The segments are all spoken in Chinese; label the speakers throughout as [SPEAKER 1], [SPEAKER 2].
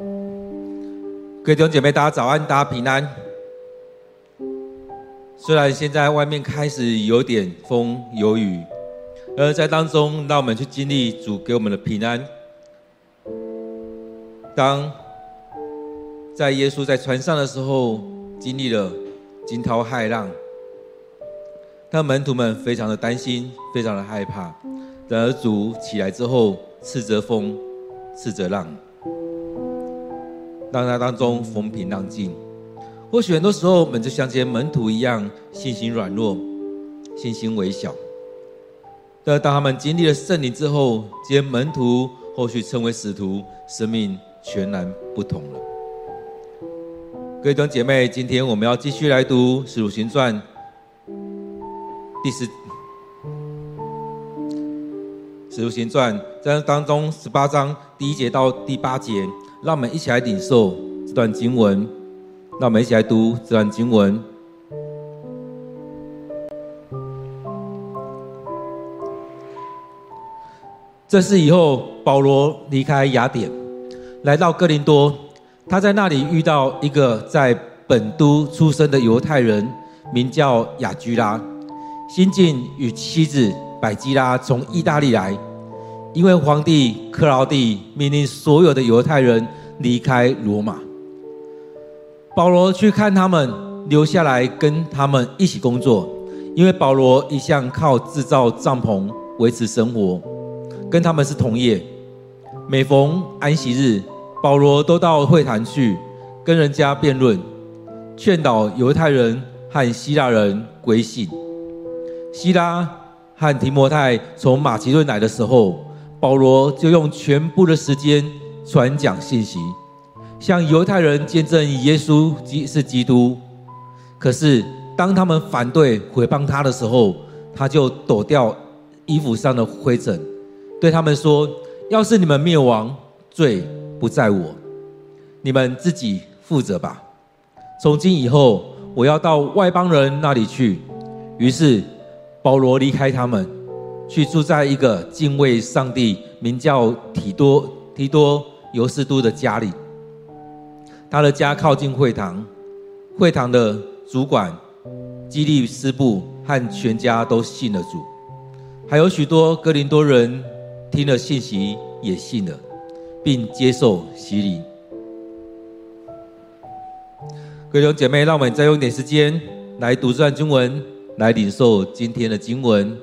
[SPEAKER 1] 各位弟兄姐妹，大家早安，大家平安。虽然现在外面开始有点风有雨，而在当中，让我们去经历主给我们的平安。当在耶稣在船上的时候，经历了惊涛骇浪，他门徒们非常的担心，非常的害怕。然而主起来之后，斥责风，斥责浪，让他当中风平浪静。或许很多时候，我们就像这些门徒一样，信心软弱，信心微小。但当他们经历了圣灵之后，这些门徒后续成为使徒，生命全然不同了。各位弟兄姐妹，今天我们要继续来读《使徒行传》使徒行传在当中18章第1节到第8节，让我们一起来领受这段经文。让我们一起来读这段经文。这事以后，保罗离开雅典，来到哥林多。他在那里遇到一个在本都出生的犹太人，名叫雅居拉。新近与妻子百基拉从意大利来，因为皇帝克劳地命令所有的犹太人离开罗马。保罗去看他们，留下来跟他们一起工作，因为保罗一向靠制造帐篷维持生活，跟他们是同业。每逢安息日，保罗都到会堂去跟人家辩论，劝导犹太人和希腊人归信。希拉和提摩太从马其顿来的时候，保罗就用全部的时间传讲信息，向犹太人见证耶稣是基督。可是当他们反对毁谤他的时候，他就抖掉衣服上的灰尘，对他们说：要是你们灭亡，罪不在我，你们自己负责吧。从今以后，我要到外邦人那里去。于是保罗离开他们，去住在一个敬畏上帝名叫提多犹士都的家里。他的家靠近会堂，会堂的主管基利斯布和全家都信了主，还有许多哥林多人听了信息也信了，并接受洗礼。各位弟兄姐妹，让我们再用一点时间来读这段经文，来领受今天的经文。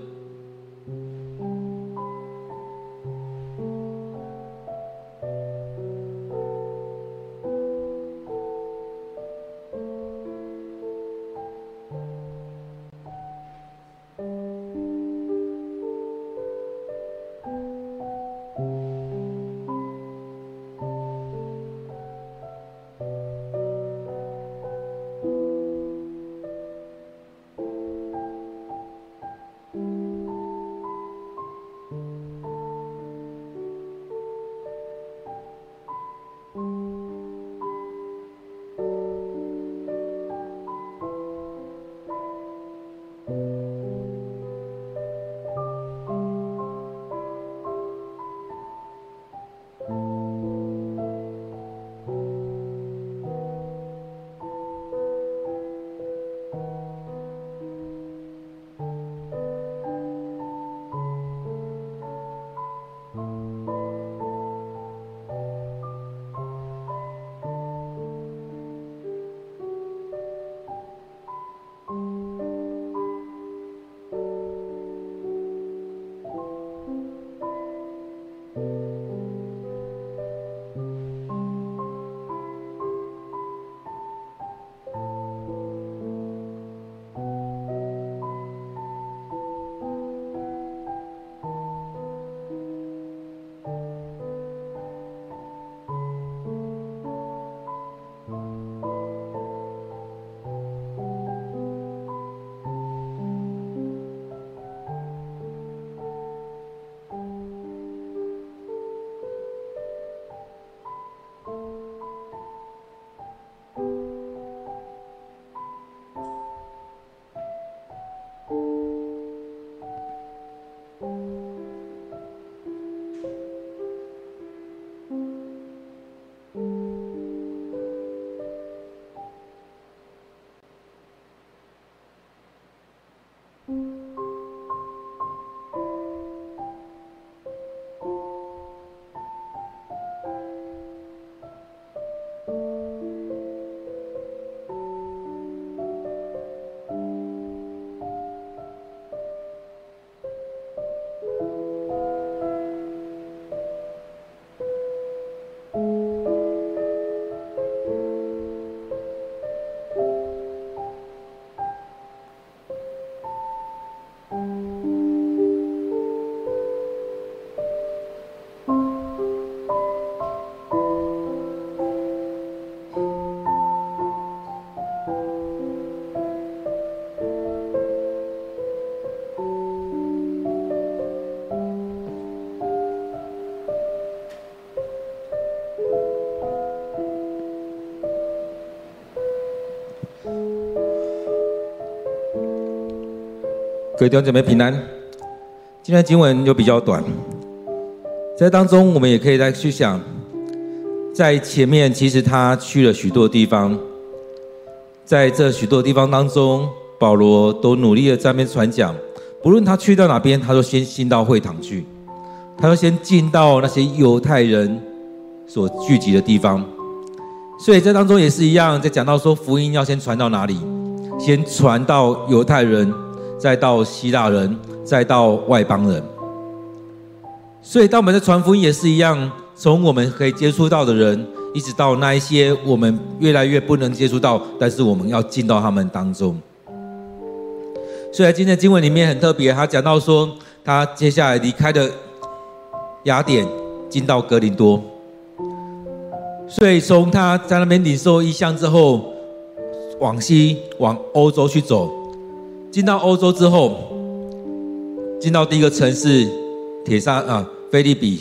[SPEAKER 1] 各位弟兄姐妹平安。今天的经文又比较短，在当中我们也可以再去想，在前面其实他去了许多地方，在这许多地方当中，保罗都努力的在那边传讲，不论他去到哪边，他都先进到会堂去，他都先进到那些犹太人所聚集的地方。所以在当中也是一样，在讲到说福音要先传到哪里，先传到犹太人，再到希腊人，再到外邦人。所以当我们在传福音也是一样，从我们可以接触到的人，一直到那一些我们越来越不能接触到，但是我们要进到他们当中。所以在今天的经文里面很特别，他讲到说他接下来离开的雅典，进到哥林多。所以从他在那边领受异象之后，往西往欧洲去走，进到欧洲之后，进到第一个城市菲利比，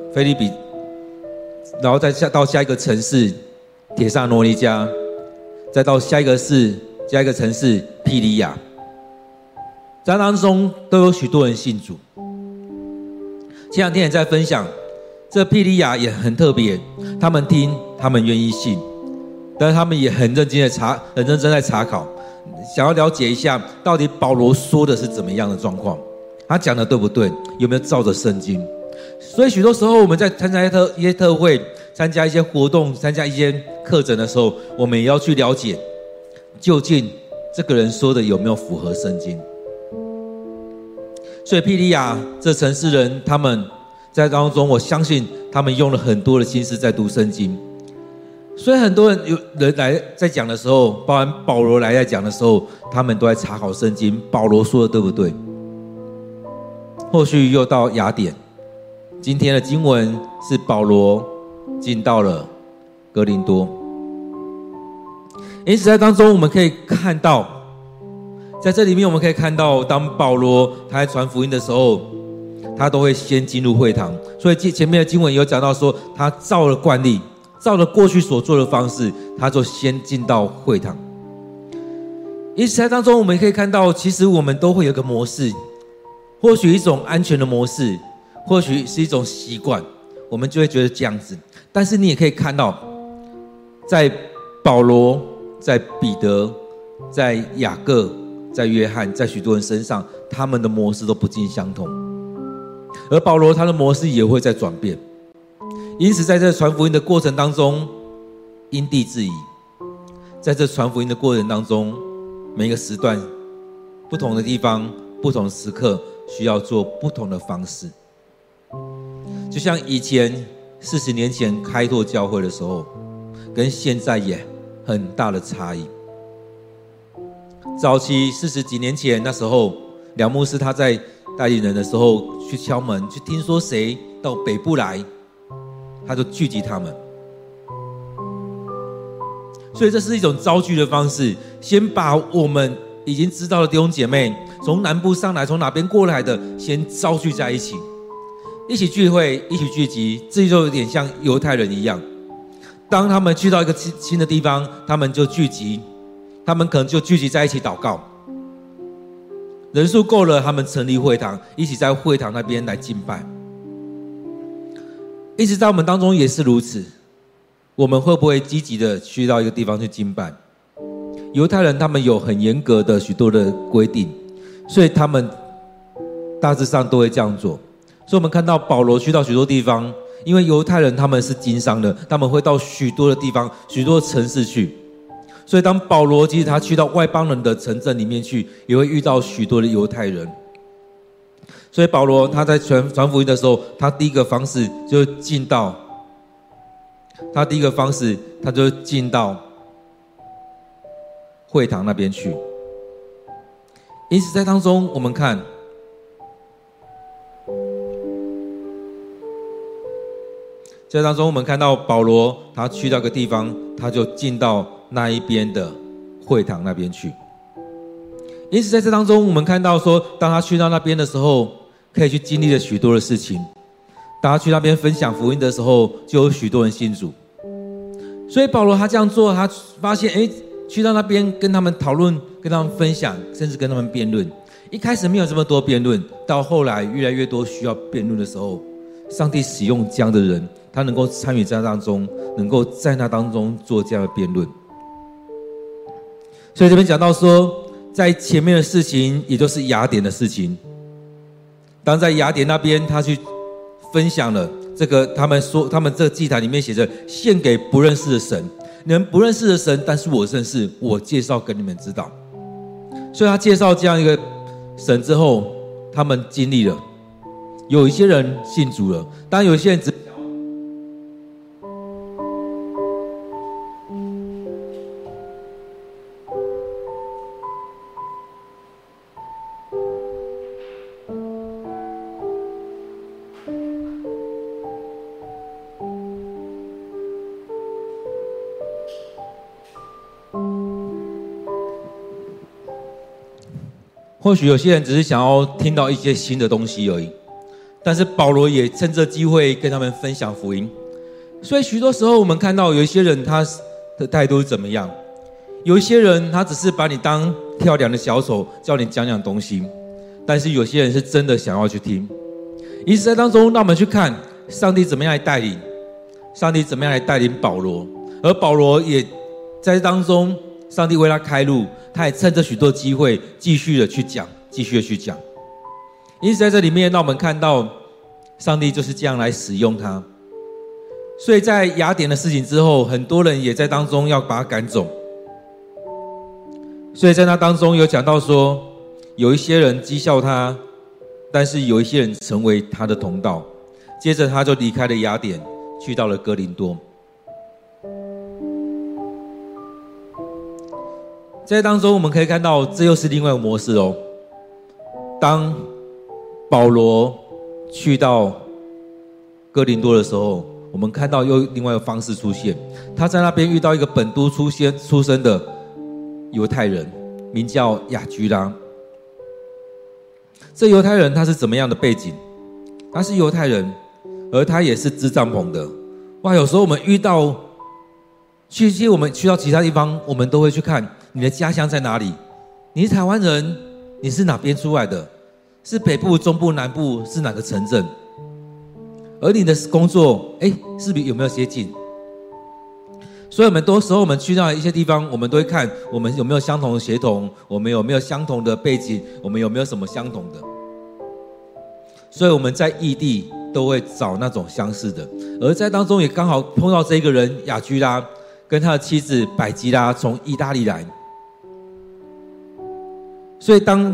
[SPEAKER 1] 然后再到下一个城市帖撒罗尼迦，再到下一个城市庇哩亚，在当中都有许多人信主。前两天也在分享，这庇哩亚也很特别，他们听，他们愿意信，但是他们也很认真在查考，想要了解一下到底保罗说的是怎么样的状况，他讲的对不对，有没有照着圣经。所以许多时候我们在参加一些特会，参加一些活动，参加一些课程的时候，我们也要去了解究竟这个人说的有没有符合圣经。所以庇哩亚这城市人，他们在当中，我相信他们用了很多的心思在读圣经。所以很多人来在讲的时候，包含保罗来在讲的时候，他们都在查考圣经，保罗说的对不对。后续又到雅典，今天的经文是保罗进到了哥林多。因此在当中我们可以看到，在这里面我们可以看到，当保罗他在传福音的时候，他都会先进入会堂。所以前面的经文有讲到说，他照了惯例，照着过去所做的方式，他就先进到会堂。因此在当中我们可以看到，其实我们都会有一个模式，或许一种安全的模式，或许是一种习惯，我们就会觉得这样子。但是你也可以看到，在保罗，在彼得，在雅各，在约翰，在许多人身上，他们的模式都不尽相同。而保罗他的模式也会在转变。因此在这传福音的过程当中，因地制宜。在这传福音的过程当中，每个时段不同的地方，不同的时刻，需要做不同的方式。就像以前40年前开拓教会的时候，跟现在也很大的差异。早期40几年前，那时候梁牧师他在带领人的时候去敲门，去听说谁到北部来，他就聚集他们。所以这是一种招聚的方式，先把我们已经知道的弟兄姐妹，从南部上来，从哪边过来的，先招聚在一起，一起聚会，一起聚集。这就有点像犹太人一样，当他们去到一个新的地方，他们就聚集，他们可能就聚集在一起祷告，人数够了，他们成立会堂，一起在会堂那边来敬拜。一直在我们当中也是如此，我们会不会积极的去到一个地方去敬拜？犹太人他们有很严格的许多的规定，所以他们大致上都会这样做。所以我们看到保罗去到许多地方，因为犹太人他们是经商的，他们会到许多的地方，许多的城市去。所以当保罗其实他去到外邦人的城镇里面去，也会遇到许多的犹太人。所以保罗他在传福音的时候，他第一个方式就进到会堂那边去。因此在当中我们看，在当中我们看到保罗他去到一个地方，他就进到那一边的会堂那边去。因此在这当中我们看到说，当他去到那边的时候，可以去经历了许多的事情。当他去那边分享福音的时候，就有许多人信主。所以保罗他这样做，他发现去到那边跟他们讨论，跟他们分享，甚至跟他们辩论， 一开始没有这么多辩论，到后来越来越多需要辩论的时候，上帝使用这样的人，他能够参与在当中，能够在那当中做这样的辩论。所以这边讲到说，在前面的事情，也就是雅典的事情，当在雅典那边，他去分享了这个，他们这个祭坛里面写着献给不认识的神，你们不认识的神，但是我认识，我介绍给你们知道。所以他介绍这样一个神之后，他们经历了，有一些人信主了，当然有一些人只或许有些人只是想要听到一些新的东西而已，但是保罗也趁这机会跟他们分享福音。所以许多时候我们看到有一些人他的态度是怎么样，有一些人他只是把你当跳梁的小丑，叫你讲讲东西，但是有些人是真的想要去听。因此在当中，让我们去看上帝怎么样来带领，上帝怎么样来带领保罗，而保罗也在当中，上帝为他开路，他也趁着许多机会继续的去讲。因此在这里面，让我们看到上帝就是这样来使用他。所以在雅典的事情之后，很多人也在当中要把他赶走。所以在那当中有讲到说，有一些人讥笑他，但是有一些人成为他的同道。接着他就离开了雅典，去到了哥林多。在当中我们可以看到，这又是另外一个模式哦。当保罗去到哥林多的时候，我们看到又另外一个方式出现。他在那边遇到一个本都出生的犹太人，名叫雅居拉。这犹太人他是怎么样的背景？他是犹太人，而他也是支帐篷的。哇，有时候我们我们去到其他地方，我们都会去看你的家乡在哪里。你是台湾人，你是哪边出来的？是北部、中部、南部，是哪个城镇？而你的工作，是不是有没有接近？所以很多时候我们去到一些地方，我们都会看我们有没有相同的血统，我们有没有相同的背景，我们有没有什么相同的。所以我们在异地都会找那种相似的，而在当中也刚好碰到这个人雅居拉跟他的妻子百基拉从意大利来。所以当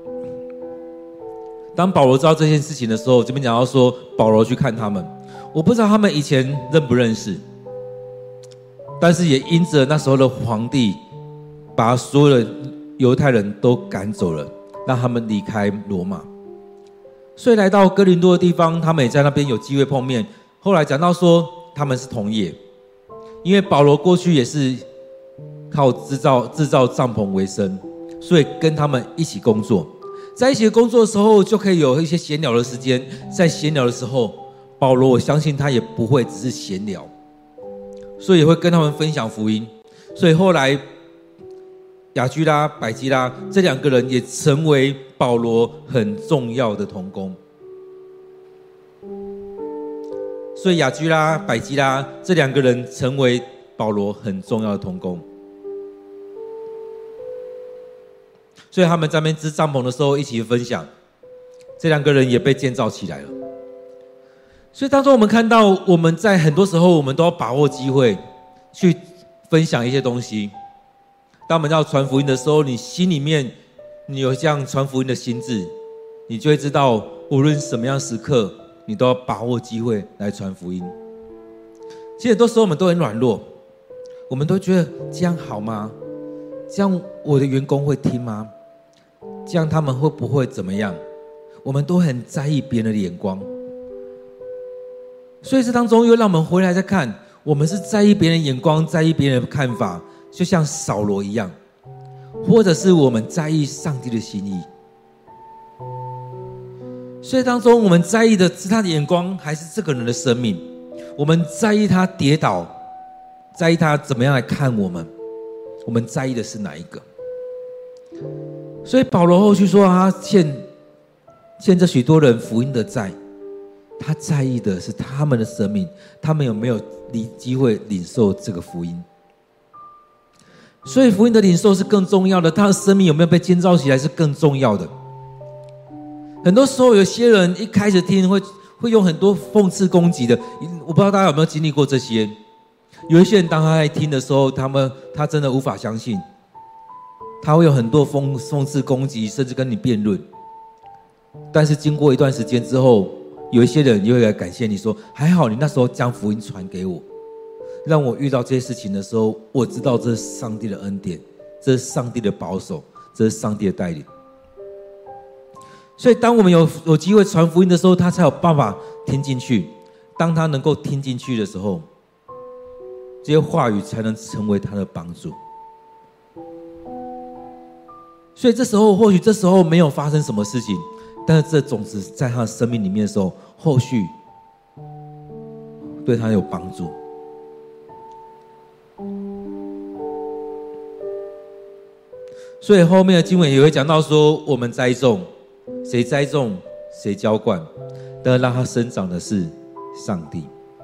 [SPEAKER 1] 保罗知道这件事情的时候，这边讲到说保罗去看他们，我不知道他们以前认不认识，但是也因着那时候的皇帝把所有的犹太人都赶走了，让他们离开罗马。所以来到哥林多的地方，他们也在那边有机会碰面。后来讲到说他们是同业，因为保罗过去也是靠制造帐篷为生，所以跟他们一起工作。在一起工作的时候，就可以有一些闲聊的时间。在闲聊的时候，保罗我相信他也不会只是闲聊，所以也会跟他们分享福音。所以后来雅居拉、百基拉这两个人也成为保罗很重要的同工。所以雅居拉、百基拉这两个人成为保罗很重要的同工。所以他们在那边支帐篷的时候一起分享，这两个人也被建造起来了。所以当中我们看到，我们在很多时候我们都要把握机会去分享一些东西。当我们要传福音的时候，你心里面你有这样传福音的心志，你就会知道无论什么样时刻你都要把握机会来传福音。其实很多时候我们都很软弱，我们都觉得这样好吗？这样我的员工会听吗？这样他们会不会怎么样？我们都很在意别人的眼光。所以这当中又让我们回来再看，我们是在意别人眼光，在意别人的看法，就像扫罗一样，或者是我们在意上帝的心意。所以当中我们在意的是他的眼光，还是这个人的生命？我们在意他跌倒，在意他怎么样来看我们，我们在意的是哪一个？ 所以保罗后续说他欠着许多人福音的债，他在意的是他们的生命，他们有没有机会领受这个福音。所以福音的领受是更重要的，他的生命有没有被建造起来是更重要的。很多时候有些人一开始听会用很多讽刺攻击的，我不知道大家有没有经历过这些。有一些人当他在听的时候，他真的无法相信，他会有很多讽刺攻击，甚至跟你辩论。但是经过一段时间之后，有一些人又会来感谢你说，还好你那时候将福音传给我，让我遇到这些事情的时候，我知道这是上帝的恩典，这是上帝的保守，这是上帝的带领。所以当我们有机会传福音的时候，他才有办法听进去。当他能够听进去的时候，这些话语才能成为他的帮助。所以或许这时候没有发生什么事情，但是这种子在他的生命里面的时候，后续对他有帮助。所以后面的经文也会讲到说，我们栽种，谁栽种谁浇灌，但让它生长的是上帝。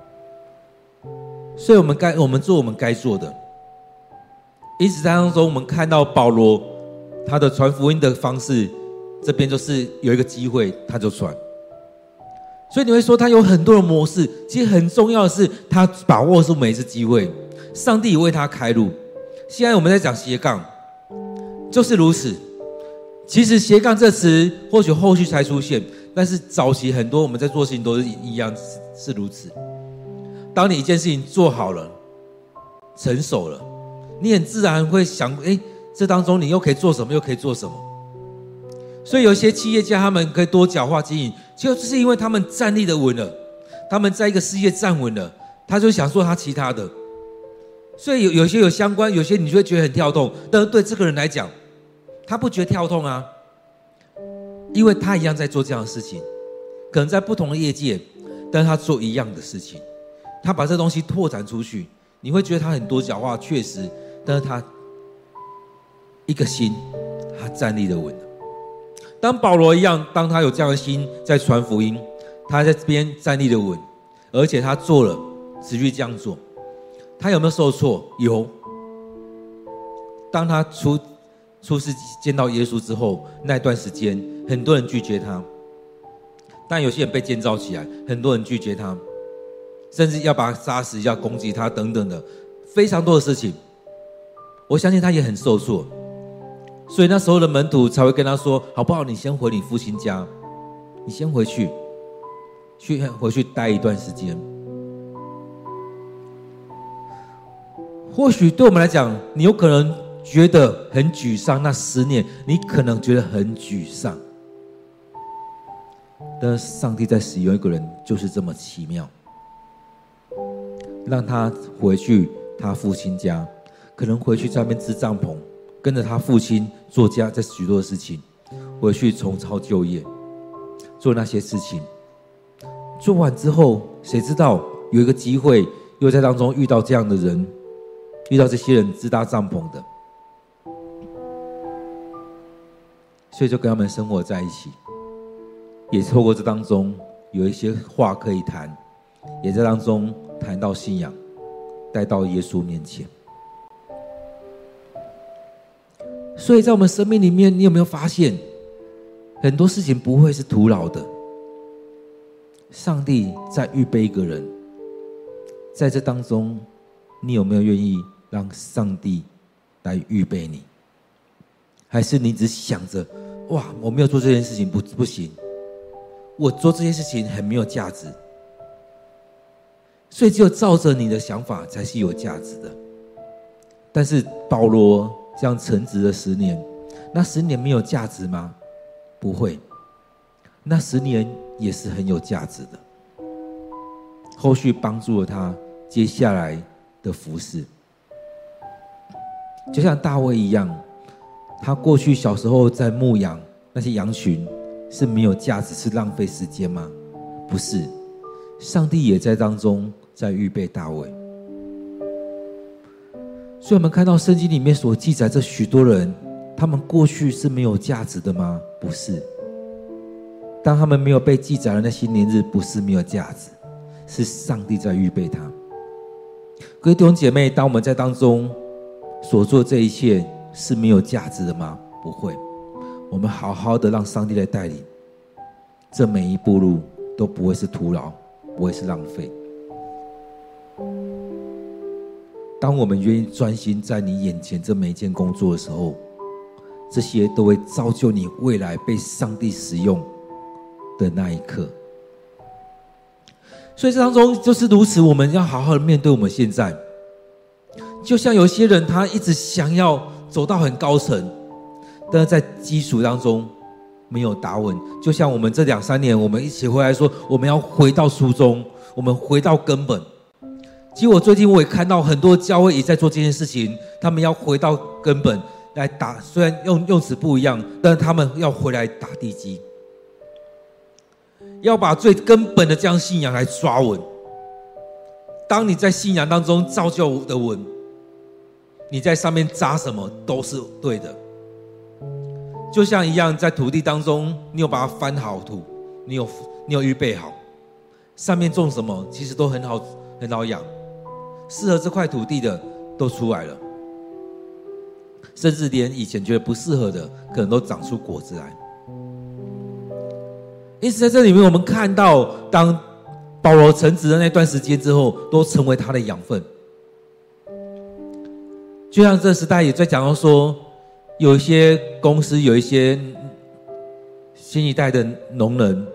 [SPEAKER 1] 所以我们做我们该做的。因此在当中我们看到保罗他的传福音的方式，这边就是有一个机会他就传。所以你会说他有很多的模式，其实很重要的是他把握住每一次机会，上帝也为他开路。现在我们在讲斜杠就是如此。其实斜杠这词或许后续才出现，但是早期很多我们在做事情都是一样，是如此。当你一件事情做好了，成熟了，你很自然会想，这当中你又可以做什么，又可以做什么。所以有些企业家他们可以多角化经营，就是因为他们站立的稳了，他们在一个事业站稳了，他就想做他其他的。所以有些有相关，有些你就会觉得很跳动，但是对这个人来讲，他不觉得跳动啊，因为他一样在做这样的事情，可能在不同的业界，但是他做一样的事情，他把这东西拓展出去，你会觉得他很多角化，确实，但是他一个心，他站立的稳了。当保罗一样，当他有这样的心在传福音，他在这边站立的稳，而且他做了，持续这样做。他有没有受挫？有。当他初次见到耶稣之后，那段时间很多人拒绝他，但有些人被建造起来，很多人拒绝他，甚至要把他杀死，要攻击他等等的非常多的事情。我相信他也很受挫，所以那时候的门徒才会跟他说，好不好，你先回你父亲家，你先回去待一段时间。或许对我们来讲，你有可能觉得很沮丧，那10年你可能觉得很沮丧，但是上帝在使用一个人就是这么奇妙，让他回去他父亲家，可能回去在那边支帐篷，跟着他父亲做家在许多的事情，回去重操旧业，做那些事情。做完之后，谁知道有一个机会又在当中遇到这样的人，遇到这些人支搭帐篷的，所以就跟他们生活在一起，也透过这当中有一些话可以谈，也在当中谈到信仰，带到耶稣面前。所以在我们生命里面，你有没有发现很多事情不会是徒劳的？上帝在预备一个人，在这当中你有没有愿意让上帝来预备你？还是你只想着，哇，我没有做这件事情不行，我做这件事情很没有价值，所以只有照着你的想法才是有价值的。但是保罗这样沉寂了10年，那10年没有价值吗？不会，那10年也是很有价值的，后续帮助了他接下来的服事。就像大卫一样，他过去小时候在牧养那些羊群是没有价值，是浪费时间吗？不是，上帝也在当中在预备大卫。所以我们看到圣经里面所记载这许多人， 他们过去是没有价值的吗？不是。当他们没有被记载的那些年日，不是没有价值，是上帝在预备他。各位弟兄姐妹，当我们在当中所做这一切是没有价值的吗？不会。我们好好的让上帝来带领，这每一步路都不会是徒劳，不会是浪费。当我们愿意专心在你眼前这每一件工作的时候，这些都会造就你未来被上帝使用的那一刻。所以这当中就是如此，我们要好好的面对我们现在。就像有些人他一直想要走到很高层，但是在基础当中没有打稳。就像我们这2-3年我们一起回来说，我们要回到初衷，我们回到根本。其实我最近我也看到很多教会也在做这件事情，他们要回到根本来打，虽然用词不一样，但是他们要回来打地基，要把最根本的这样信仰来抓稳。当你在信仰当中造就的稳，你在上面扎什么都是对的。就像一样，在土地当中，你有把它翻好土，你有预备好，上面种什么其实都很好养，适合这块土地的都出来了，甚至连以前觉得不适合的，可能都长出果子来。因此在这里面我们看到，当保罗成职的那段时间之后，都成为他的养分。就像这时代也在讲到说，有一些公司，有一些新一代的农人，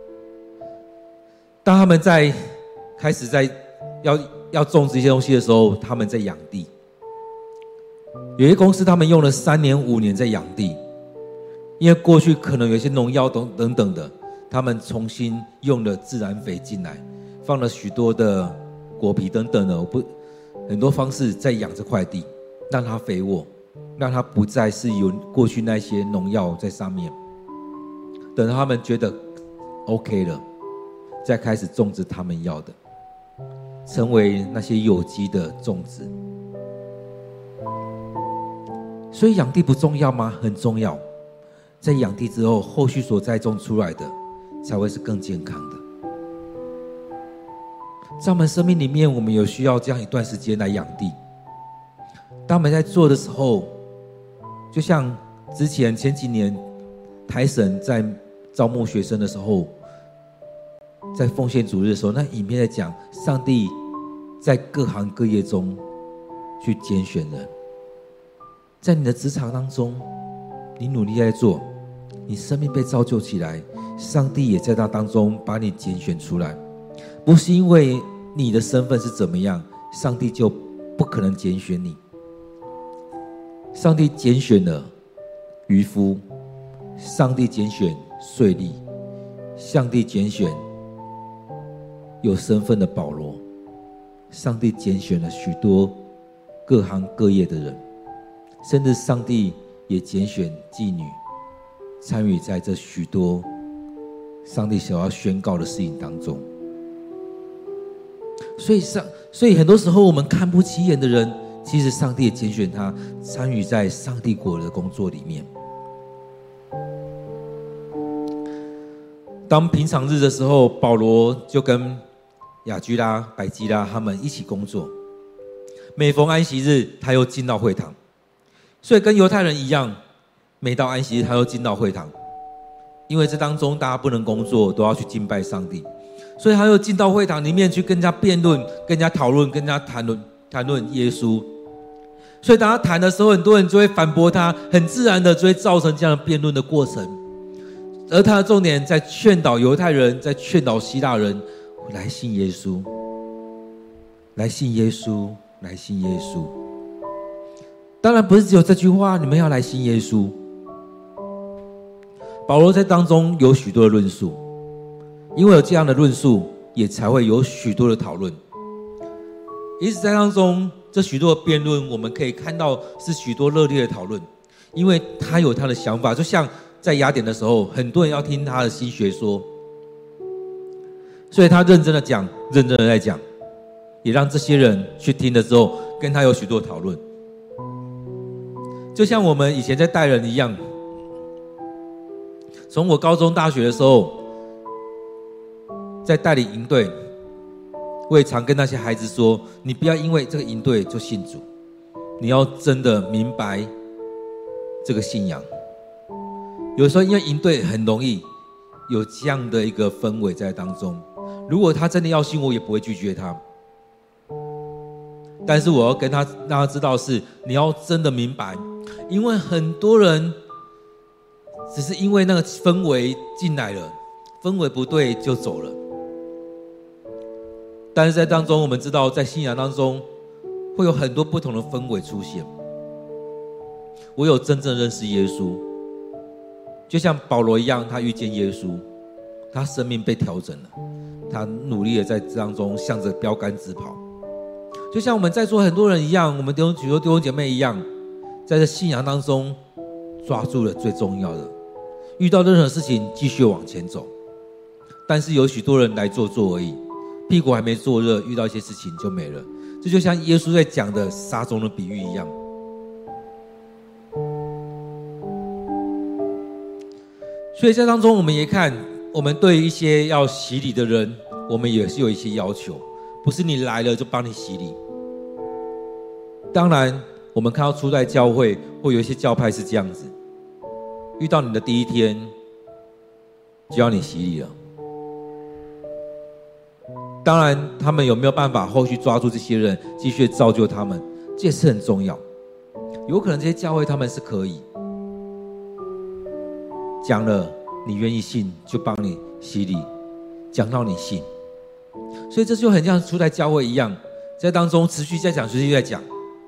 [SPEAKER 1] 当他们开始要种植一些东西的时候，他们在养地。有些公司他们用了3年5年在养地，因为过去可能有一些农药等等的，他们重新用了自然肥进来，放了许多的果皮等等的，很多方式在养这块地，让它肥沃，让它不再是有过去那些农药在上面。等他们觉得 OK 了，再开始种植他们要的，成为那些有机的种植。所以养地不重要吗？很重要。在养地之后，后续所栽种出来的才会是更健康的。在我们生命里面，我们有需要这样一段时间来养地。当我们在做的时候，就像前几年台神在招募学生的时候，在奉献主日的时候，那影片在讲上帝在各行各业中去拣选人。在你的职场当中，你努力在做，你生命被造就起来，上帝也在那当中把你拣选出来。不是因为你的身份是怎么样，上帝就不可能拣选你。上帝拣选了渔夫，上帝拣选税吏，上帝拣选有身份的保罗，上帝拣选了许多各行各业的人，甚至上帝也拣选妓女参与在这许多上帝想要宣告的事情当中。所以很多时候我们看不起眼的人，其实上帝也拣选他参与在上帝国的工作里面。当平常日的时候，保罗就跟雅居拉、百基拉他们一起工作，每逢安息日他又进到会堂，所以跟犹太人一样，每到安息日他又进到会堂，因为这当中大家不能工作，都要去敬拜上帝，所以他又进到会堂里面去跟人家辩论，跟人家讨论，跟人家谈论耶稣。所以当他谈的时候，很多人就会反驳他，很自然的就会造成这样的辩论的过程。而他的重点在劝导犹太人，在劝导希腊人来信耶稣，来信耶稣，来信耶稣。当然不是只有这句话，你们要来信耶稣。保罗在当中有许多的论述，因为有这样的论述，也才会有许多的讨论。因此在当中，这许多的辩论，我们可以看到是许多热烈的讨论，因为他有他的想法。就像在雅典的时候，很多人要听他的新学说，所以他认真的讲，认真的在讲，也让这些人去听了之后，跟他有许多的讨论。 就像我们以前在带人一样，从我高中大学的时候在带领营队，我也常跟那些孩子说，你不要因为这个营队就信主，你要真的明白这个信仰。有时候因为营队很容易有这样的一个氛围在当中，如果他真的要信，我也不会拒绝他。但是我要跟他让他知道是，你要真的明白，因为很多人只是因为那个氛围进来了，氛围不对就走了。但是在当中，我们知道在信仰当中会有很多不同的氛围出现。唯有真正认识耶稣，就像保罗一样，他遇见耶稣，他生命被调整了，他努力的在当中向着标杆直跑。就像我们在座很多人一样，我们许多弟兄姐妹一样，在这信仰当中抓住了最重要的，遇到任何事情继续往前走。但是有许多人来做而已，屁股还没坐热，遇到一些事情就没了。这就像耶稣在讲的撒种的比喻一样。所以在当中我们也看，我们对于一些要洗礼的人，我们也是有一些要求，不是你来了就帮你洗礼。当然我们看到初代教会或有一些教派是这样子，遇到你的第一天就要你洗礼了。当然他们有没有办法后续抓住这些人继续造就他们，这也是很重要。有可能这些教会他们是可以讲了你愿意信就帮你洗礼，讲到你信。所以这就很像初代教会一样，在当中持续在讲，持续在讲。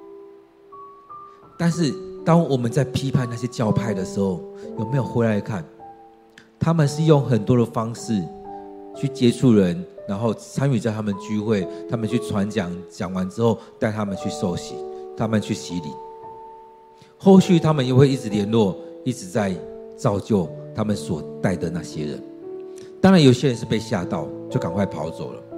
[SPEAKER 1] 但是当我们在批判那些教派的时候，有没有回来看，他们是用很多的方式去接触人，然后参与在他们聚会，他们去传讲，讲完之后带他们去受洗，他们去洗礼。后续他们也会一直联络，一直在造就他们所带的那些人。当然有些人是被吓到就赶快跑走了。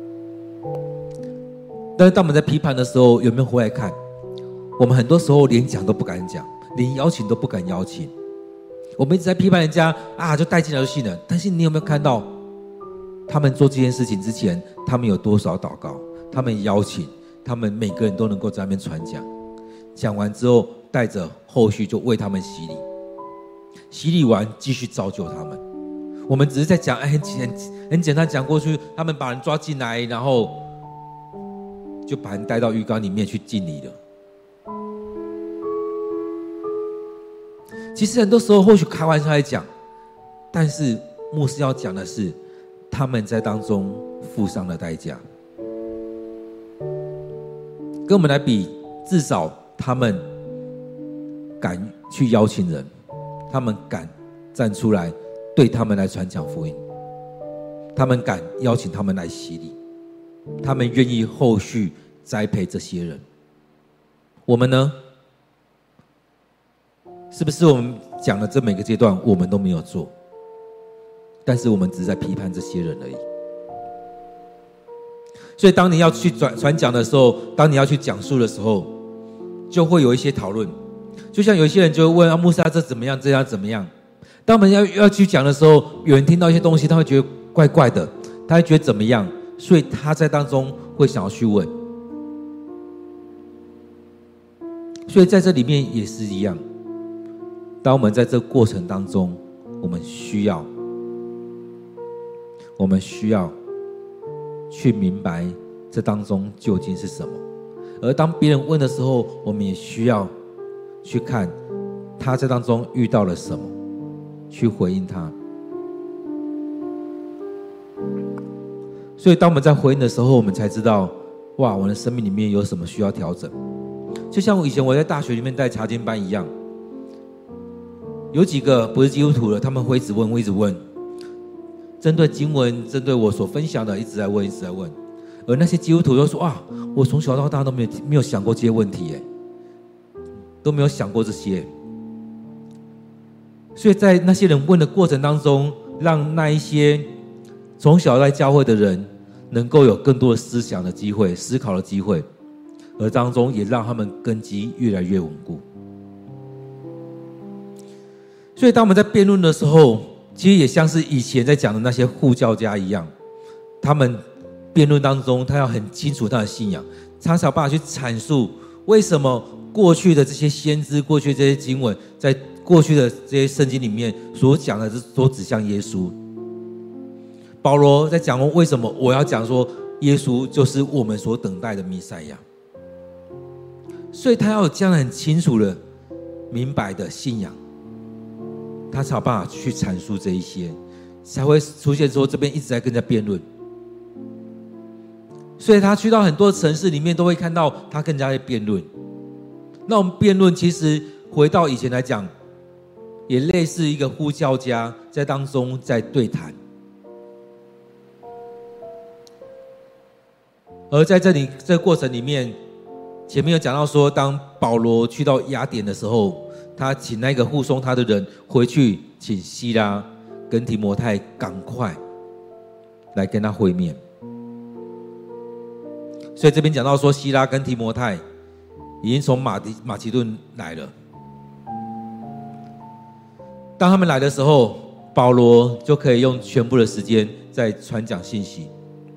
[SPEAKER 1] 但是当我们在批判的时候，有没有回来看，我们很多时候连讲都不敢讲，连邀请都不敢邀请。我们一直在批判人家就带进来就信了，但是你有没有看到他们做这件事情之前，他们有多少祷告，他们邀请，他们每个人都能够在那边传讲，讲完之后带着后续就为他们洗礼，洗礼完继续造就他们。我们只是在讲很简单讲过去，他们把人抓进来，然后就把人带到浴缸里面去敬礼了。其实很多时候或许开玩笑来讲，但是牧师要讲的是他们在当中付上了代价。跟我们来比，至少他们敢去邀请人，他们敢站出来对他们来传讲福音，他们敢邀请他们来洗礼，他们愿意后续栽培这些人。我们呢，是不是我们讲的这每个阶段我们都没有做，但是我们只是在批判这些人而已。所以当你要去传讲的时候，当你要去讲述的时候，就会有一些讨论。就像有一些人就会问牧师这怎么样，这样怎么样。当我们要去讲的时候，有人听到一些东西，他会觉得怪怪的，他会觉得怎么样，所以他在当中会想要去问。所以在这里面也是一样，当我们在这个过程当中，我们需要去明白这当中究竟是什么。而当别人问的时候，我们也需要去看他在当中遇到了什么，去回应他。所以当我们在回应的时候，我们才知道，哇，我的生命里面有什么需要调整。就像以前我在大学里面带查经班一样，有几个不是基督徒的，他们会一直问，针对经文，针对我所分享的一直在问。而那些基督徒都说，我从小到大都没有想过这些问题，都没有想过这些。所以在那些人问的过程当中，让那一些从小在教会的人能够有更多的思想的机会，思考的机会，而当中也让他们根基越来越稳固。 所以当我们在辩论的时候，其实也像是以前在讲的那些护教家一样，他们辩论当中，他要很清楚他的信仰，他才有办法去阐述为什么过去的这些先知、过去这些经文，在过去的这些圣经里面所讲的都指向耶稣。保罗在讲为什么我要讲说耶稣就是我们所等待的弥赛亚，所以他要有这样很清楚的、明白的信仰，他才有办法去阐述这一些，才会出现说这边一直在跟人家辩论。所以他去到很多城市里面都会看到他跟人家在辩论。那我们辩论其实回到以前来讲，也类似一个呼叫家在当中在对谈。而在这个过程里面，前面有讲到说，当保罗去到雅典的时候，他请那个护送他的人回去，请希拉跟提摩太赶快来跟他会面。所以这边讲到说，希拉跟提摩太已经从马其顿来了。当他们来的时候，保罗就可以用全部的时间在传讲信息。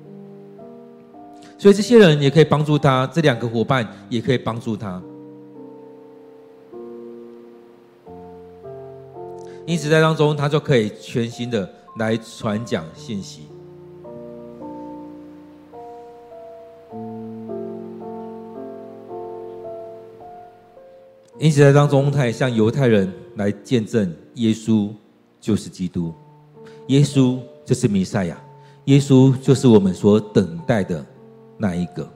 [SPEAKER 1] 所以这些人也可以帮助他，这两个伙伴也可以帮助他。因此在当中，他就可以全心的来传讲信息。因此在当中，他也向犹太人来见证耶稣就是基督，耶稣就是弥赛亚，耶稣就是我们所等待的那一个。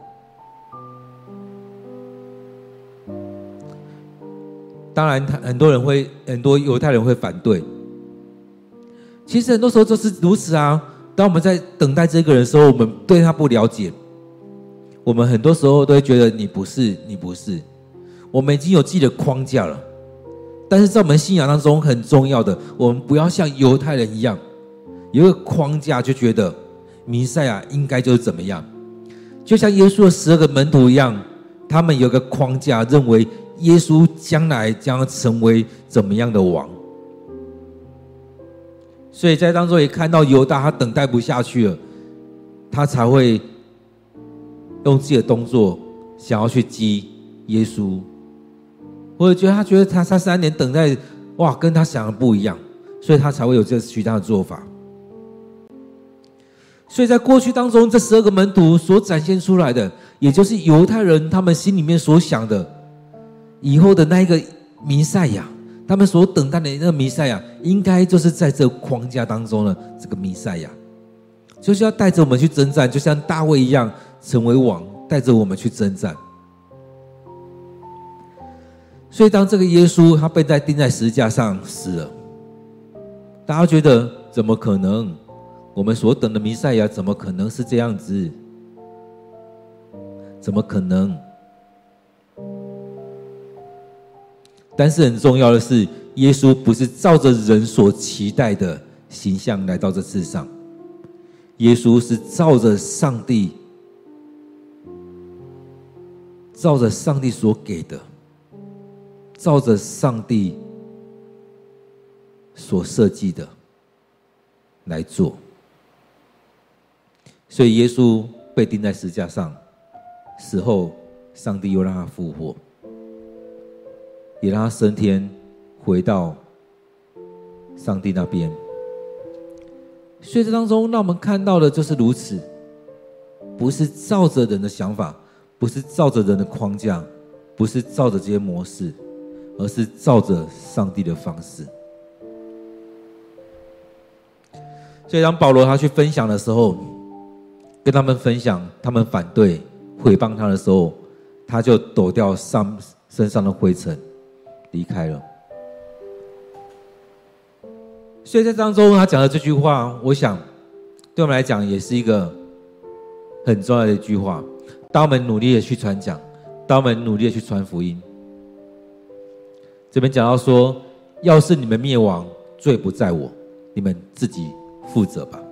[SPEAKER 1] 当然很多犹太人会反对，其实很多时候就是如此啊。当我们在等待这个人的时候，我们对他不了解，我们很多时候都会觉得你不是，你不是，我们已经有自己的框架了。但是在我们信仰当中很重要的，我们不要像犹太人一样有一个框架，就觉得弥赛亚应该就是怎么样，就像耶稣的12个门徒一样，他们有一个框架，认为耶稣将来将成为怎么样的王。所以在当中也看到犹大他等待不下去了，他才会用自己的动作想要去激耶稣，或者他觉得他3年等待，哇，跟他想的不一样，所以他才会有这其他的做法。所以在过去当中，这12个门徒所展现出来的，也就是犹太人他们心里面所想的以后的那一个弥赛亚，他们所等待的那个弥赛亚，应该就是在这个框架当中的这个弥赛亚，就是要带着我们去征战，就像大卫一样成为王，带着我们去征战。所以当这个耶稣他被钉在十字架上死了，大家觉得怎么可能？我们所等的弥赛亚怎么可能是这样子？怎么可能？但是很重要的是，耶稣不是照着人所期待的形象来到这世上，耶稣是照着上帝所给的，照着上帝所设计的来做。所以耶稣被钉在十字架上，死后上帝又让他复活，也让他升天回到上帝那边。所以这当中让我们看到的就是如此，不是照着人的想法，不是照着人的框架，不是照着这些模式，而是照着上帝的方式。所以当保罗他去分享的时候，跟他们分享他们反对毁谤他的时候，他就抖掉身上的灰尘离开了。所以在当中他讲的这句话，我想对我们来讲也是一个很重要的一句话。当我们努力的去传讲，当我们努力的去传福音，这边讲到说，要是你们灭亡，罪不在我，你们自己负责吧。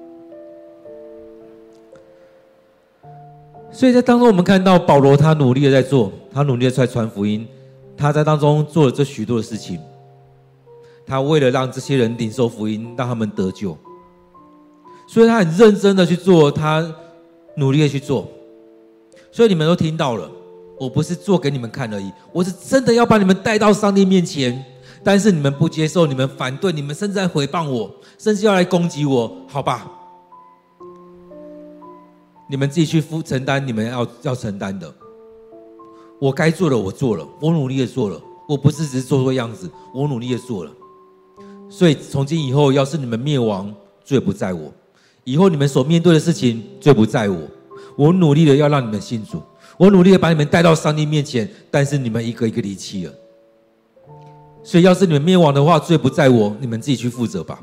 [SPEAKER 1] 所以在当中我们看到保罗他努力的在做，他努力的在传福音，他在当中做了这许多的事情。 他为了让这些人领受福音，让他们得救，所以他很认真的去做，他努力的去做。所以你们都听到了，我不是做给你们看而已，我是真的要把你们带到上帝面前。但是你们不接受，你们反对，你们甚至在诽谤我，甚至要来攻击我，好吧，你们自己去承担你们要承担的。我该做的我做了，我努力的做了，我不是只是做做样子，我努力的做了。所以从今以后，要是你们灭亡，罪不在我；以后你们所面对的事情，罪不在我。我努力的要让你们信主，我努力的把你们带到上帝面前，但是你们一个一个离弃了。所以要是你们灭亡的话，罪不在我，你们自己去负责吧。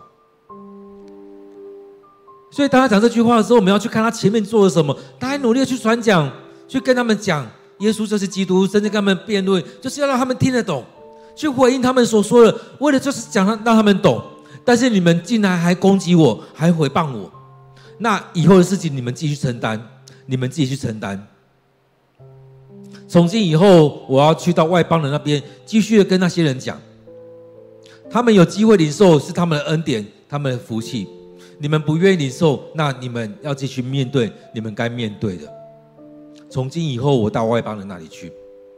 [SPEAKER 1] 所以当他讲这句话的时候，我们要去看他前面做了什么。他还努力的去传讲，去跟他们讲耶稣就是基督，甚至跟他们辩论，就是要让他们听得懂，去回应他们所说的，为了就是讲让他们懂。但是你们竟然还攻击我，还诽谤我，那以后的事情你们自己去承担，你们自己去承担。从今以后，我要去到外邦人那边，继续的跟那些人讲，他们有机会领受是他们的恩典，他们的福气。你们不愿意领受，那你们要继续面对你们该面对的。从今以后，我到外邦人那里去。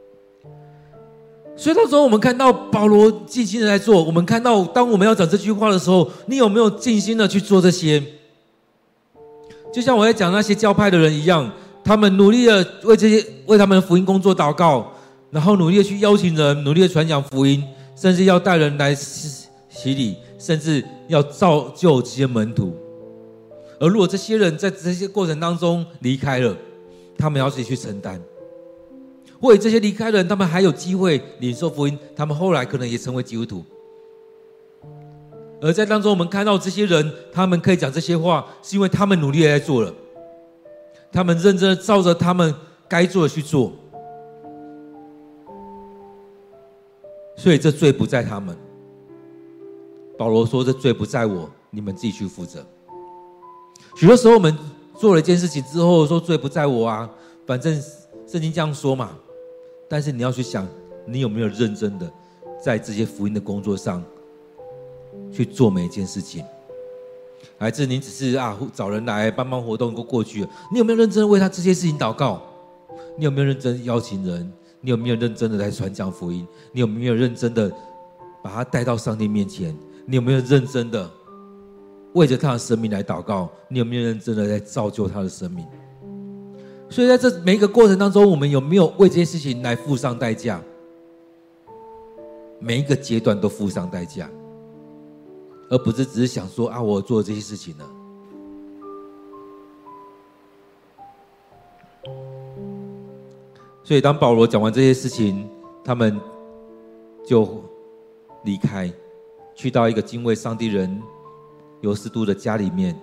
[SPEAKER 1] 所以到时候我们看到保罗尽心的在做，我们看到当我们要讲这句话的时候，你有没有尽心的去做这些？就像我在讲那些教派的人一样，他们努力的为他们的福音工作祷告，然后努力的去邀请人，努力的传讲福音，甚至要带人来洗礼，甚至要造就这些门徒。而如果这些人在这些过程当中离开了，他们要自己去承担。或者这些离开的人，他们还有机会领受福音，他们后来可能也成为基督徒。而在当中我们看到这些人，他们可以讲这些话，是因为他们努力的在做了，他们认真的照着他们该做的去做，所以这罪不在他们。保罗说这罪不在我，你们自己去负责。许多时候我们做了一件事情之后说罪不在我啊，反正圣经这样说嘛。但是你要去想，你有没有认真的在这些福音的工作上去做每一件事情？还是你只是找人来帮忙活动过去了？你有没有认真的为他这些事情祷告？你有没有认真邀请人？你有没有认真的来传讲福音？你有没有认真的把他带到上帝面前？你有没有认真的为着他的生命来祷告？你有没有认真的在造就他的生命？所以在这每一个过程当中，我们有没有为这些事情来付上代价？每一个阶段都付上代价，而不是只是想说我做这些事情了。所以当保罗讲完这些事情，他们就离开，去到一个敬畏上帝人犹斯都的家里面。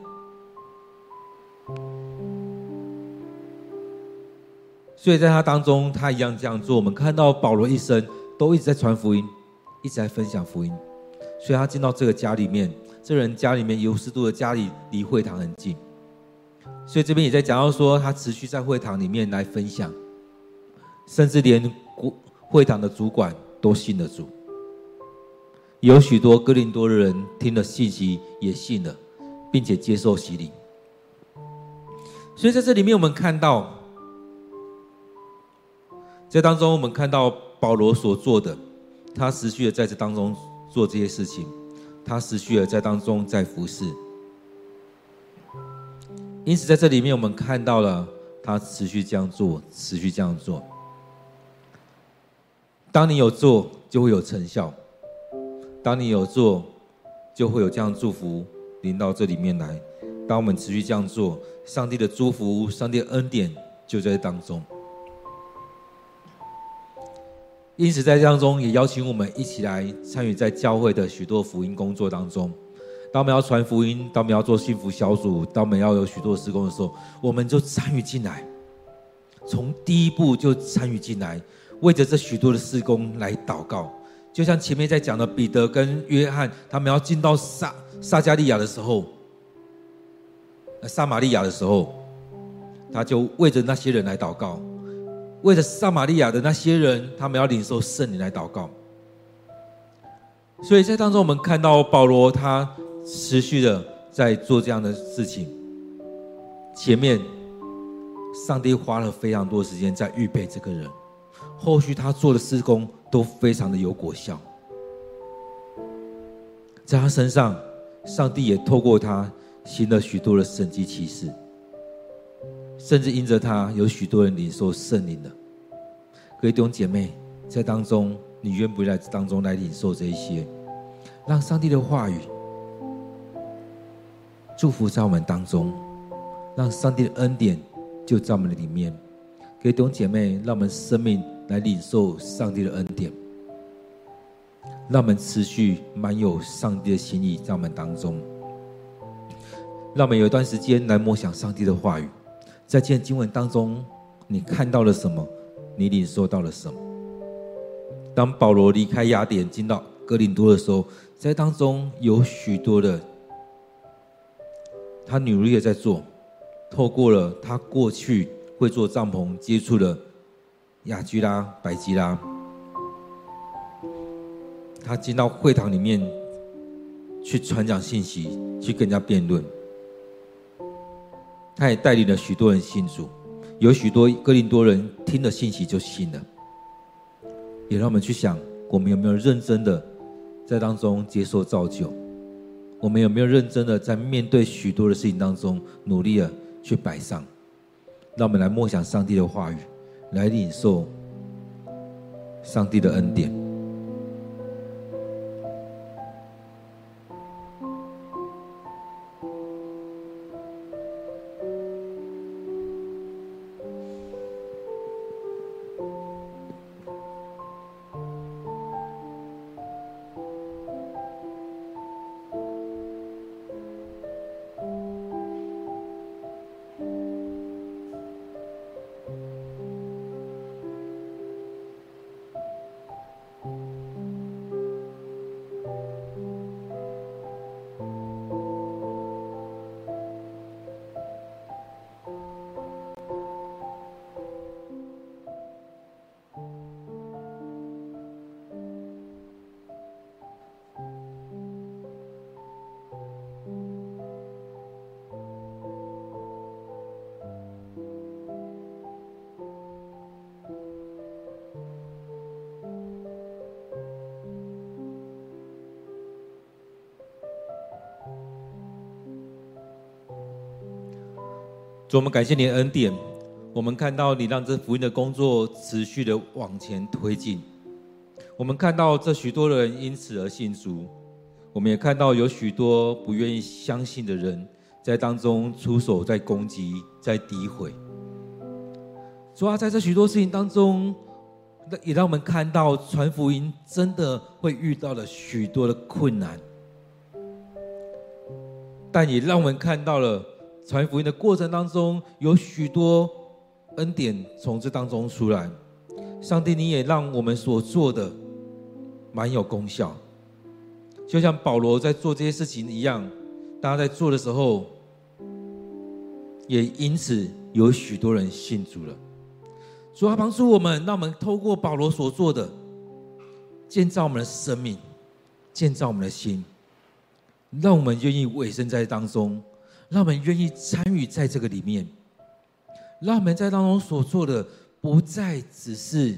[SPEAKER 1] 所以在他当中，他一样这样做。我们看到保罗一生都一直在传福音，一直在分享福音。所以他进到这个家里面，这人家里面犹斯都的家里离会堂很近，所以这边也在讲到说，他持续在会堂里面来分享，甚至连会堂的主管都信了主。有许多哥林多的人听了信息也信了，并且接受洗礼。所以在这里面我们看到，在当中我们看到保罗所做的，他持续的在这当中做这些事情，他持续的在当中在服侍。因此在这里面我们看到了他持续这样做，持续这样做。当你有做，就会有成效；当你有做，就会有这样祝福临到这里面来。当我们持续这样做，上帝的祝福、上帝的恩典就在当中。因此在当中也邀请我们一起来参与在教会的许多福音工作当中。当我们要传福音，当我们要做幸福小组，当我们要有许多事工的时候，我们就参与进来，从第一步就参与进来，为着这许多的事工来祷告。就像前面在讲的彼得跟约翰，他们要进到撒加利亚的时候，撒玛利亚的时候，他就为着那些人来祷告，为着撒玛利亚的那些人，他们要领受圣灵来祷告。 所以在当中我们看到保罗他持续的在做这样的事情，前面上帝花了非常多时间在预备这个人，后续他做的事工都非常的有果效。在他身上，上帝也透过他行了许多的神迹奇事，甚至因着他有许多人领受圣灵了。各位弟兄姐妹，在当中你愿不愿意在当中来领受这一些，让上帝的话语祝福在我们当中，让上帝的恩典就在我们的里面。各位弟兄姐妹，让我们生命来领受上帝的恩典，让我们持续满有上帝的心意在我们当中。让我们有一段时间来默想上帝的话语，在今天经文当中，你看到了什么？你领受到了什么？当保罗离开雅典进到哥林多的时候，在当中有许多的他努力的在做，透过了他过去会做帐篷，接触了雅居拉、百基拉，他进到会堂里面去传讲信息，去跟人家辩论。他也带领了许多人信主，有许多哥林多人听了信息就信了。也让我们去想，我们有没有认真的在当中接受造就？我们有没有认真的在面对许多的事情当中努力的去摆上？让我们来默想上帝的话语，来领受上帝的恩典。主，我们感谢你的恩典，我们看到你让这福音的工作持续的往前推进，我们看到这许多人因此而信主，我们也看到有许多不愿意相信的人在当中出手，在攻击，在诋毁。主啊，在这许多事情当中，也让我们看到传福音真的会遇到了许多的困难，但也让我们看到了传福音的过程当中，有许多恩典从这当中出来。上帝，你也让我们所做的蛮有功效，就像保罗在做这些事情一样，大家在做的时候，也因此有许多人信主了。主啊，帮助我们，让我们透过保罗所做的，建造我们的生命，建造我们的心，让我们愿意委身在当中，让我们愿意参与在这个里面，让我们在当中所做的不再只是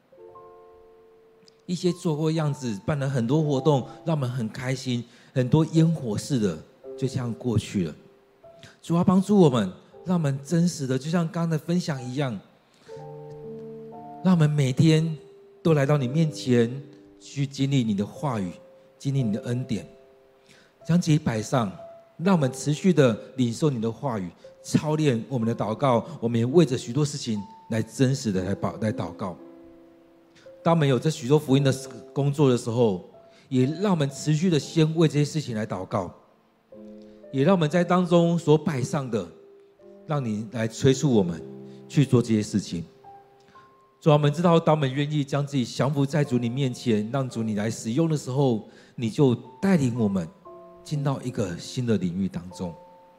[SPEAKER 1] 一些做过样子，办了很多活动，让我们很开心，很多烟火似的就这样过去了。主啊，帮助我们，让我们真实的就像刚刚的分享一样，让我们每天都来到你面前，去经历你的话语，经历你的恩典，将自己摆上，让我们持续的领受你的话语，操练我们的祷告。我们也为着许多事情来真实的来祷告。当我们有这许多福音的工作的时候，也让我们持续的先为这些事情来祷告，也让我们在当中所摆上的，让你来催促我们去做这些事情。主啊，我们知道，当我们愿意将自己降服在主你面前，让主你来使用的时候，你就带领我们进到一个新的领域当中。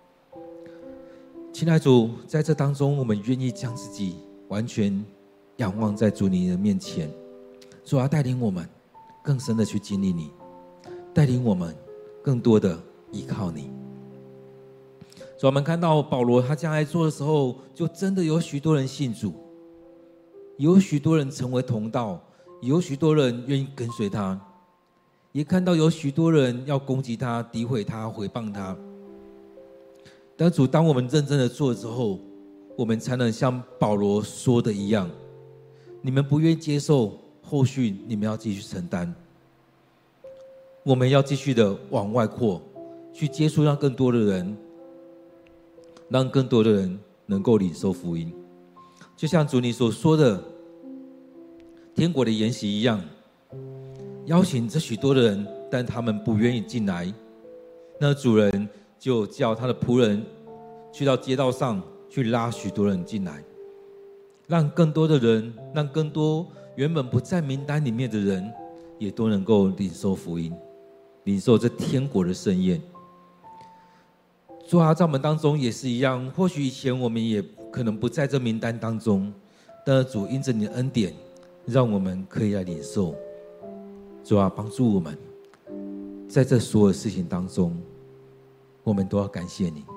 [SPEAKER 1] 亲爱的主，在这当中，我们愿意将自己完全仰望在主你的面前。主啊，带领我们更深的去经历你， 带领我们更多的依靠你。所以我们看到保罗他这样来做的时候，就真的有许多人信主，有许多人成为同道，有许多人愿意跟随他，也看到有许多人要攻击他、诋毁他、毁谤他。但主，当我们认真的做之后，我们才能像保罗说的一样，你们不愿意接受，后续你们要继续承担。我们要继续的往外扩，去接触让更多的人，让更多的人能够领受福音。就像主你所说的天国的筵席一样，邀请这许多的人，但他们不愿意进来，那主人就叫他的仆人去到街道上去拉许多人进来，让更多的人，让更多原本不在名单里面的人也都能够领受福音，领受这天国的盛宴。主啊，在我们当中也是一样，或许以前我们也可能不在这名单当中，但主因着你的恩典，让我们可以来领受。主啊，帮助我们在这所有事情当中，我们都要感谢你。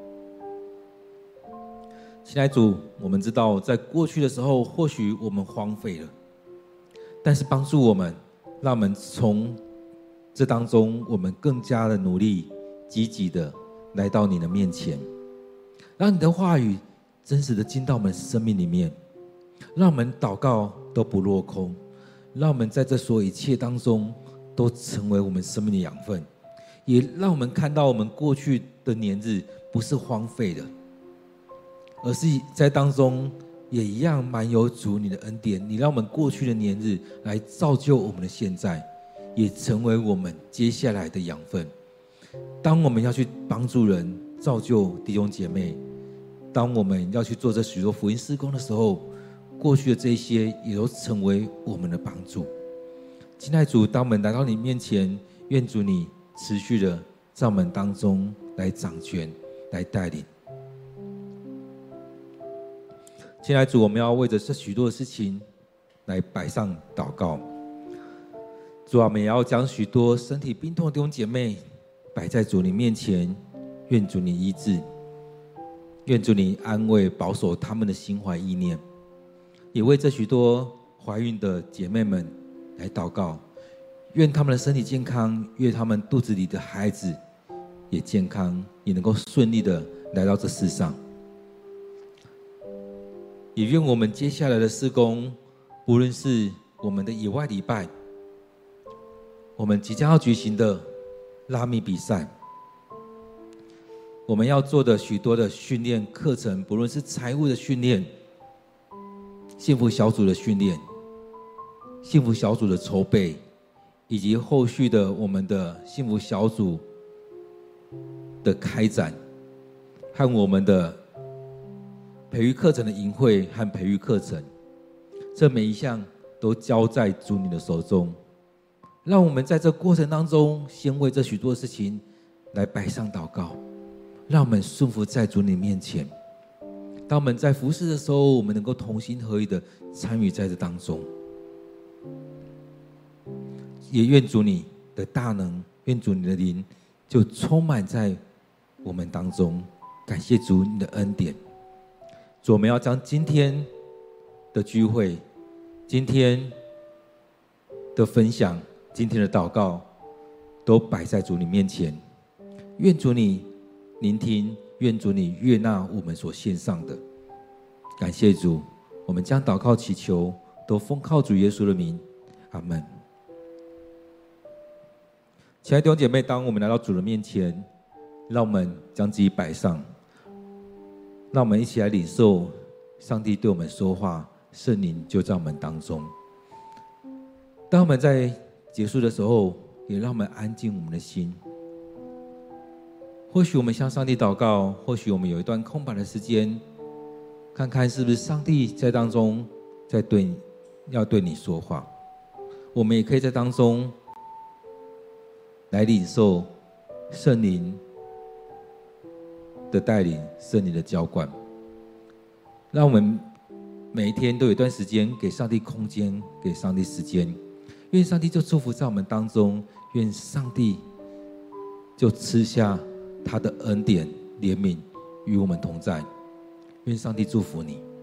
[SPEAKER 1] 亲爱的主，我们知道在过去的时候或许我们荒废了，但是帮助我们，让我们从这当中我们更加的努力积极的来到你的面前，让你的话语真实的进到我们生命里面，让我们祷告都不落空，让我们在这所有一切当中都成为我们生命的养分，也让我们看到我们过去的年日不是荒废的，而是在当中也一样满有主你的恩典。你让我们过去的年日来造就我们的现在，也成为我们接下来的养分。当我们要去帮助人、造就弟兄姐妹，当我们要去做这许多福音事工的时候，过去的这些也都成为我们的帮助。亲爱的主，当我们来到你面前，愿主你持续的在我们当中来掌权、来带领。亲爱的主，我们要为着这许多的事情来摆上祷告。主啊，我们也要将许多身体病痛的弟兄姐妹摆在主你面前，愿主你医治，愿主你安慰保守他们的心怀意念，也为这许多怀孕的姐妹们来祷告，愿他们的身体健康，愿他们肚子里的孩子也健康，也能够顺利的来到这世上。也愿我们接下来的事工，无论是我们的野外礼拜，我们即将要举行的拉密比赛，我们要做的许多的训练课程，不论是财务的训练、幸福小组的训练、幸福小组的筹备，以及后续的我们的幸福小组的开展，和我们的培育课程的营会和培育课程，这每一项都交在主你的手中。让我们在这过程当中，先为这许多事情来摆上祷告，让我们顺服在主你面前。当我们在服侍的时候，我们能够同心合意的参与在这当中。也愿主你的大能，愿主你的灵就充满在我们当中。感谢主你的恩典。主，我们要将今天的聚会、今天的分享、今天的祷告都摆在主你面前，愿主你聆听，愿主你悦纳我们所献上的。感谢主，我们将祷告祈求都奉靠主耶稣的名，阿们。亲爱的弟兄姐妹，当我们来到主的面前，让我们将自己摆上，让我们一起来领受上帝对我们说话，圣灵就在我们当中。当我们在结束的时候，也让我们安静我们的心。或许我们向上帝祷告，或许我们有一段空白的时间，看看是不是上帝在当中要对你说话。我们也可以在当中来领受圣灵的带领，圣灵的浇灌。让我们每一天都有一段时间给上帝空间，给上帝时间， 愿上帝就祝福在我们当中，愿上帝就赐下他的恩典、怜悯与我们同在。愿上帝祝福你。